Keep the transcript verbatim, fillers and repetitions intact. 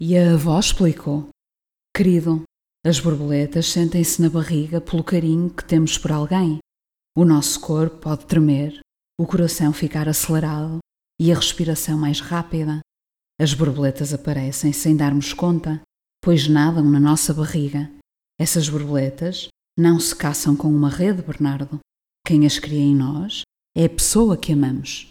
E a avó explicou: querido, as borboletas sentem-se na barriga pelo carinho que temos por alguém. O nosso corpo pode tremer, o coração ficar acelerado e a respiração mais rápida. As borboletas aparecem sem darmos conta, pois nadam na nossa barriga. Essas borboletas não se caçam com uma rede, Bernardo. Quem as cria em nós é a pessoa que amamos.